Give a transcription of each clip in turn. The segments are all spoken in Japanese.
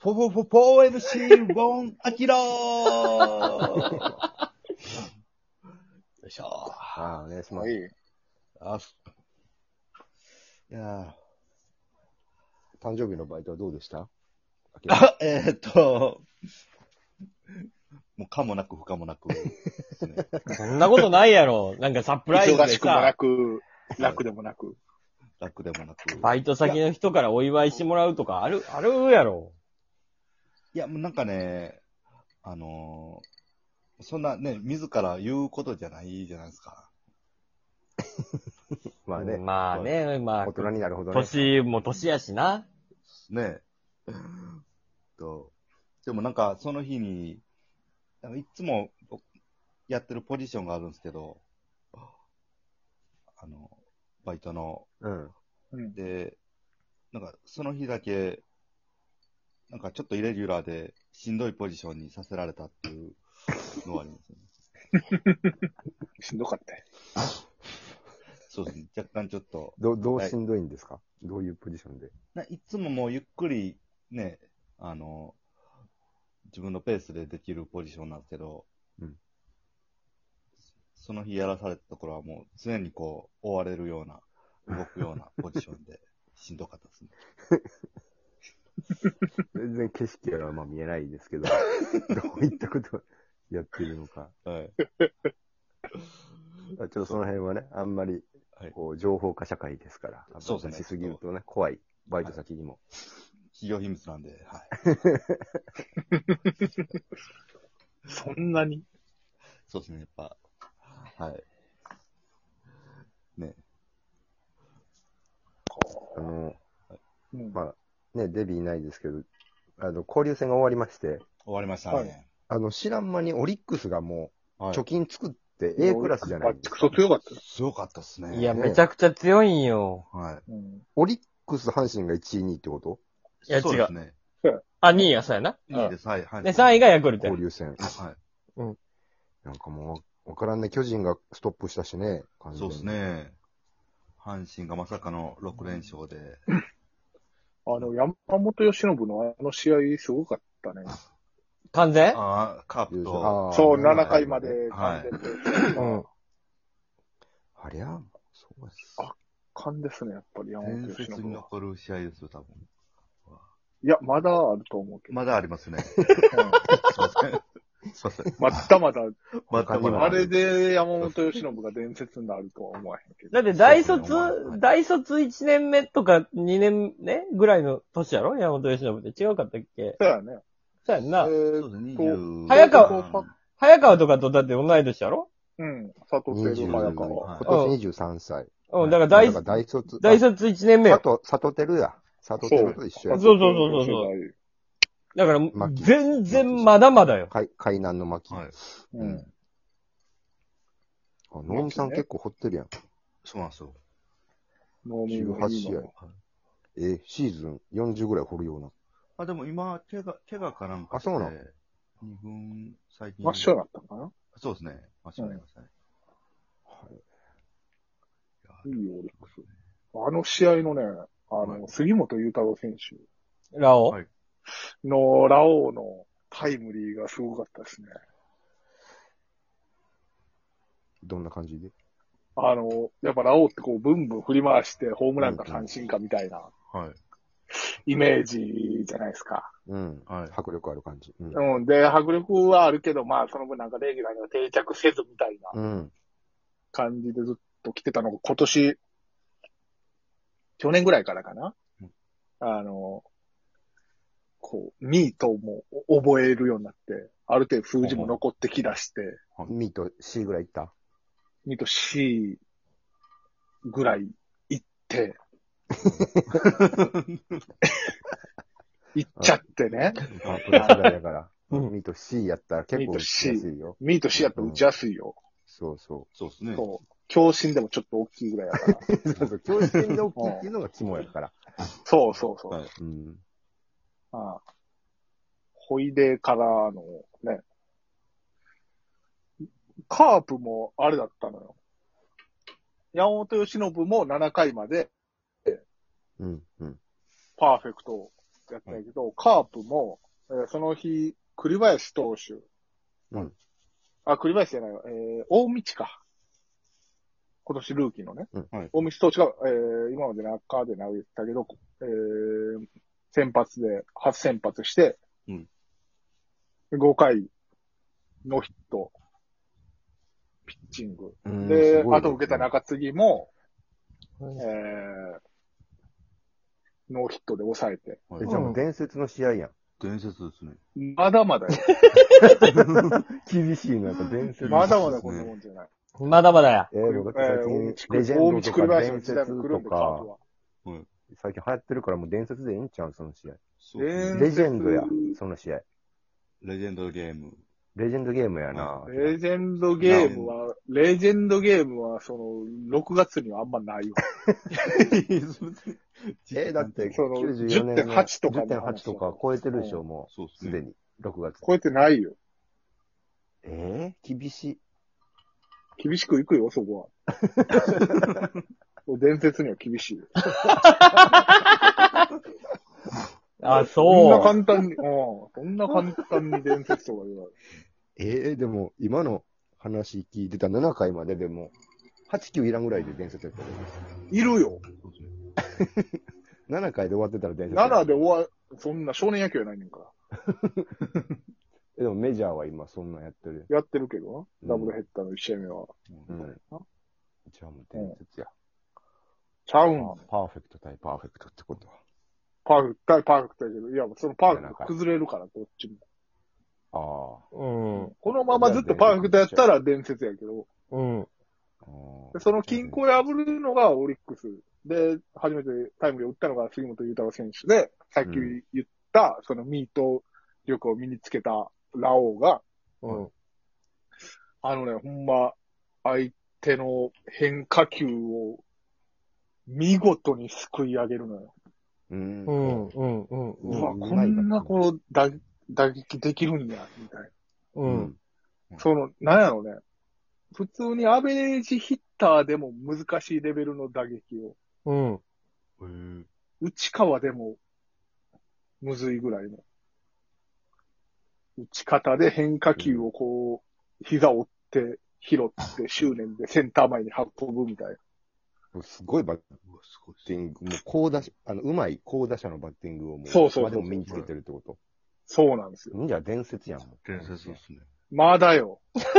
4MC ボンアキラーよいしょお願いします。 はい。 いや誕生日のバイトはどうでしたもう可もなく不可もなくですね。 そんなことないやろ。なんかサプライズで忙しくもなさ、 く、楽でもなく。 楽でもなく。 バイト先の人からお祝いしてもらうとかあるやろ。 いや、もうなんかね、そんなね、自ら言うことじゃないじゃないですか。 まあね、 まあね、まあ大、人になるほどね。 年も年やしな。 ねでもなんか、その日に、いつもやってるポジションがあるんですけど、バイトの。 うん。 で、なんか、その日だけ、なんかちょっとイレギュラーでしんどいポジションにさせられたっていうのはありますね。 しんどかったよ。 そうですね。若干ちょっと。 どうしんどいんですか？どういうポジションで？ いつももうゆっくりね、自分のペースでできるポジションなんですけど、その日やらされたところはもう常にこう、追われるような、動くようなポジションで、しんどかったですね。 全然景色はまあ見えないですけど、どういったことをやってるのか。 はい。 ちょっとその辺はね、あんまり、こう、情報化社会ですから、 そうですねしすぎるとね、怖い。バイト先にも。 企業秘密なんで、はい。 そんなにそうですね、やっぱ、はい。ね。 まあ、ね、デビーいないですけど、交流戦が終わりまして、 終わりましたね。 知らん間にオリックスがもう、 はい貯金作って A クラスじゃないですクか。 ソ強かったよ。 強かったっすね。 いや、めちゃくちゃ強いんよ。 はい。 オリックス、阪神が1位、2位ってこと？ いや、違う。 そうですね。 あ、2位や、そうやな。 いいです、はい。 で、3位がヤクルトや交。流戦。 はい。 なんかもう、わからんね、巨人がストップしたしね、 そうですね。阪神がまさかの6連勝で。 山本由伸の試合すごかったね。 完全カープと。 そう、7回まではい完全で。 ありゃ、そうです。 完ですね、やっぱり山本伝由伸は。 説に残る試合ですよ、多分。 いや、まだあると思うけど。 まだありますね。すいません。すいません。 まだまだ、あまだまだ。 れで山本由伸が伝説になるとは思わへんけど。 だって大卒1年目とか2年目ぐらいの年やろ山本由伸って違うかったっけ？ そうやね。 そうやんな。 そうですね、20。 早川とかとだって同い年やろ？ 佐藤輝早川。 今年23歳。 だから大卒1年目よ。 佐藤輝や。佐藤輝と一緒や。 そう。だから、全然まだまだよ。 海南の牧。 はい。 能見さん結構掘ってるやん。 そうなんですよ。 18試合。シーズン40ぐらい掘るような。 でも今、怪我かなんかして。 そうなの？ 2軍、最近。 真っ白になったのかな？ そうですね。真っ白になりましたね。 いいオリックス。あの試合のね、杉本裕太郎選手。 ラオのラオウのタイムリーがすごかったですね。 どんな感じで？ やっぱラオウってこう、ブンブン振り回して、ホームランか三振かみたいな、イメージじゃないですか。 迫力ある感じ。 で、迫力はあるけど、まあ、その分なんかレギュラーには定着せずみたいな感じでずっと来てたのが、今年、去年ぐらいからかな。こう、ミートも覚えるようになって、ある程度数字も残ってきだして。 ミート C ぐらいいった？ ミート C ぐらい行って、行っちゃってね。 プラスだから。ミート C やったら結構打ちやすいよ。 ミート C やったら打ちやすいよ。 そうですね。 そう。強心でもちょっと大きいぐらいやから。 そう、強心で大きいっていうのが肝やから。 そう。ほいでからのね、カープもあれだったのよ。山本由伸も7回まで、パーフェクトやったんやけど、カープも、その日、栗林投手。 うん。 栗林じゃないわ。大道か。今年ルーキーのね。 うんはい。 大道投手が、今まで中で投げてたけど、先発で、初先発して、 うん。 5回、ノーヒット、ピッチング。 うんで、 すごいねあと受けた中継ぎも、 うんノーヒットで抑えて。 はいじゃあもう伝説の試合やん。 伝説ですね。 まだまだよ。 厳しいのやっぱ伝説。 まだまだこんなもんじゃない。 まだまだや。 僕だって最近、レジェンドとか伝説とか、 はい。 最近流行ってるからもう伝説でええんちゃうその試合。 そうですね。 レジェンドや、その試合。 レジェンドゲーム。 レジェンドゲームやな。 レジェンドゲームは、その、6月にはあんまないわ。 だって、 その 94年の 10.8とかの話 10.8とか超えてるでしょ、もう。 そうですね。 すでに。6月。 超えてないよ。 厳しい。 厳しくいくよ、そこは。伝説には厳しいよ。 あ、 そんなそう。 簡単に、そんな簡単に伝説とか言われでも、今の話聞いてた7回まででも、8、9いらんぐらいで伝説やったよ。 いるよ。 そうですね。 7回で終わってたら伝説や。 7でそんな少年野球やないねんから。 でもメジャーは今そんなんやってる。 やってるけどうんな、ダブルヘッダーの1試合目は。 うん。じゃあもう伝説や。 ちゃうん。 パーフェクト対パーフェクトってことは。 パーフェクト対パーフェクトやけど、いや、そのパーフェクト崩れるから、どっちも。 うん。 このままずっとパーフェクトやったら伝説やけど、 うん。 でその均衡を破るのがオリックス。で、初めてタイムリーを打ったのが杉本裕太郎選手で、さっき言った、そのミート力を身につけたラオウが、 うん。 ほんま、相手の変化球を見事にすくい上げるのよ。 うんう。ん。うん。うん。 うわ、こんな打撃できるんや、みたいな。 うん。 なんやろね。普通にアベレージヒッターでも難しいレベルの打撃を、 うん。 内川でもむずいぐらいの。打ち方で変化球をこう、膝を折って拾って執念でセンター前に運ぶみたいな。 すごいバッうわ、すごいティング、もう高打者、うまい高打者のバッティングをもう、 そうそうそうまでも身につけてるってこと。 そうなんですよ。 じゃあ伝説やん、もう。 伝説ですね。 まだよ。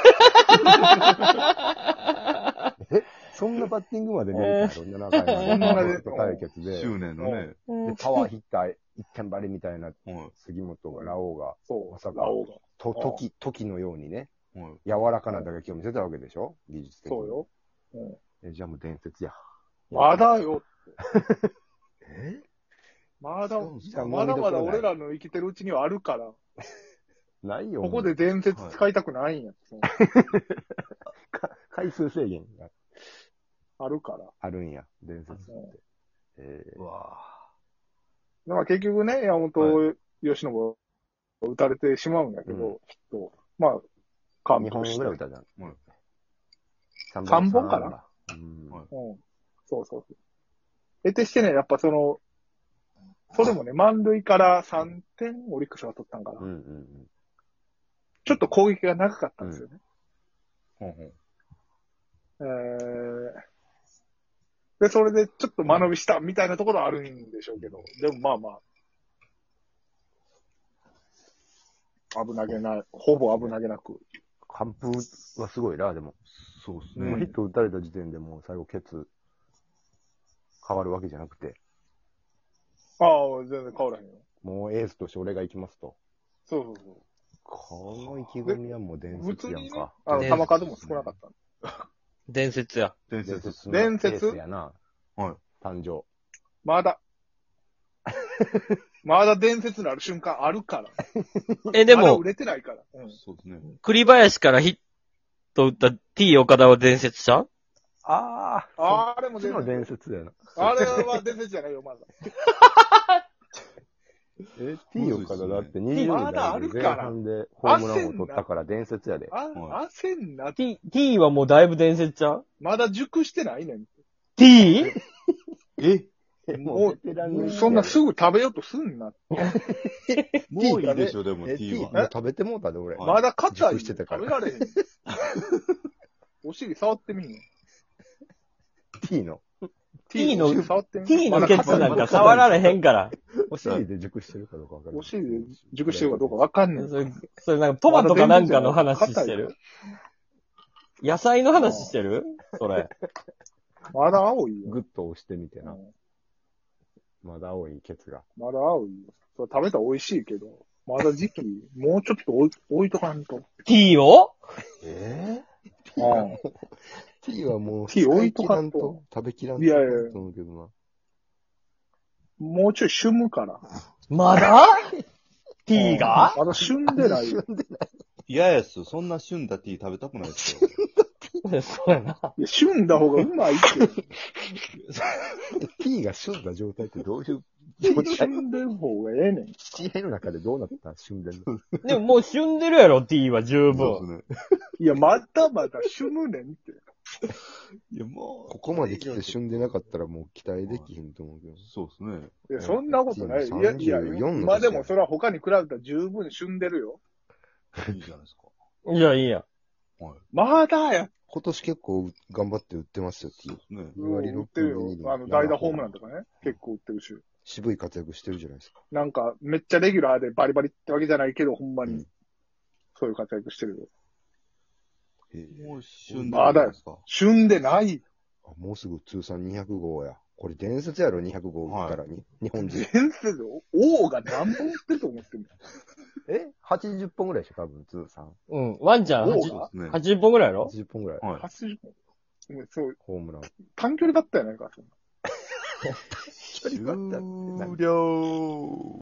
そんなバッティングまで見えたの、7回まで。 そんなね対決で。 執念のね。 でパワーヒッター一点張りみたいなはい。 杉本が、ラオウが、 そう。 まさかラオウが。 時のようにね、 はい。 柔らかな打撃を見せたわけでしょ技術的に。 そうよ。 じゃあもう伝説や。 まだよ。まだそうですかまだ俺らの生きてるうちにはあるから。 ないよ。 ここで伝説使いたくないんや。 回数制限があるから。 あるんや、伝説って。 うわだから結局ね、山本由伸は打たれてしまうんやけど、きっと。まあ、完 2本封して。 ぐらい打たじゃん。 はい 3本かな。 うん。 はいそうそう。得てしてね、やっぱそれもね、満塁から3点オリックスが取ったんかな。 うん。 ちょっと攻撃が長かったんですよね。 ほんほん。 で、それでちょっと間延びしたみたいなところはあるんでしょうけど、でもまあ、ほぼ危なげなく。 完封はすごいな、でも。 そうですもうヒね。 ット打たれた時点でもう最後ケツ変わるわけじゃなくて、 ああ、全然変わらへんよ。 もうエースとして俺が行きますと。 そうそうそう。 この意気込みはもう伝普通にね説やんか。、 ね球数も少なかった。 伝説や。 伝説です。 のエースやな。 はい。 誕生。 まだ。まだ伝説のある瞬間あるから。 でもまだ売、れてないから。 そうですね。 栗林からヒット打った T 岡田は伝説ちゃう？ あれもそっちの伝説やな。 あれは伝説じゃないよ、まだ。 T 岡田だって20 まだあ代でるから前半でホームランを取ったから伝説やで。 焦んな。 T はもうだいぶ伝説ちゃう？ まだ熟してないねん。 T？ もベテランのう、そんなすぐ食べようとすんな。 もういいでしょ、でも T T は。 もう食べてもうたで、俺。 はいまだ硬い。 熟してたから食べられへん。お尻触ってみんよ。 T の。 T のお尻触ってみ T のケツなんか触られへんから。 お尻で熟してるかどうかわかる。 お尻で熟してるかどうかわかんねん。 それなんかトマトかなんかの話してる野菜の話してるそれ。 まだ青いよ。 グッと押してみてな。 うんまだ青いケツが。 まだ青いよ。それ食べたら美味しいけど、まだ時期、もうちょっと置いとかんと。 T をうん。 T はもう、 T 置いとか使んと食べきらんと。 いやいやと思うけどな。 もうちょい旬むから。 まだ ?T がまだ旬でないよ。 嫌やっす。そんな旬だ T 食べたくないっすよ。 そうやな。 いや、旬だ方がうまいって。 T が旬だ状態ってどういう状態？ 旬でる方がええねん。 地平の中でどうなった旬でんの？ でももう旬でるやろ、T は十分。 そうですね。 いや、まだまだ旬むねんって。 いや、もう。 ここまで来て旬でなかったらもう期待できひんと思うけど。 そうですね。 いや、そんなことない。いや、いや、 34のまあでもそれは他に比べたら十分旬でるよ。 いいじゃないですか。 いや、いいや。 はい。 まだや。 今年結構頑張って売ってますよ、T。 ね。 2割売ってるよ。 6分代打ホームランとかね。結構売ってるし。 渋い活躍してるじゃないですか。 なんか、めっちゃレギュラーでバリバリってわけじゃないけど、ほんまにうん、 そういう活躍してるよ。 もう旬だですか。 旬でない。 あ、もうすぐ通算200号や。これ伝説やろ、200号打ったらに、日本人。 伝説で、王が何本売ってると思ってんの？ 80本ぐらいでしょ、多分、通算。 うん。ワンちゃん王 80 がね。 80本ぐらいやろ 80本ぐらい。 はい。 80本。そう、 ホームラン。 短距離だったやないか、そんな。 終了。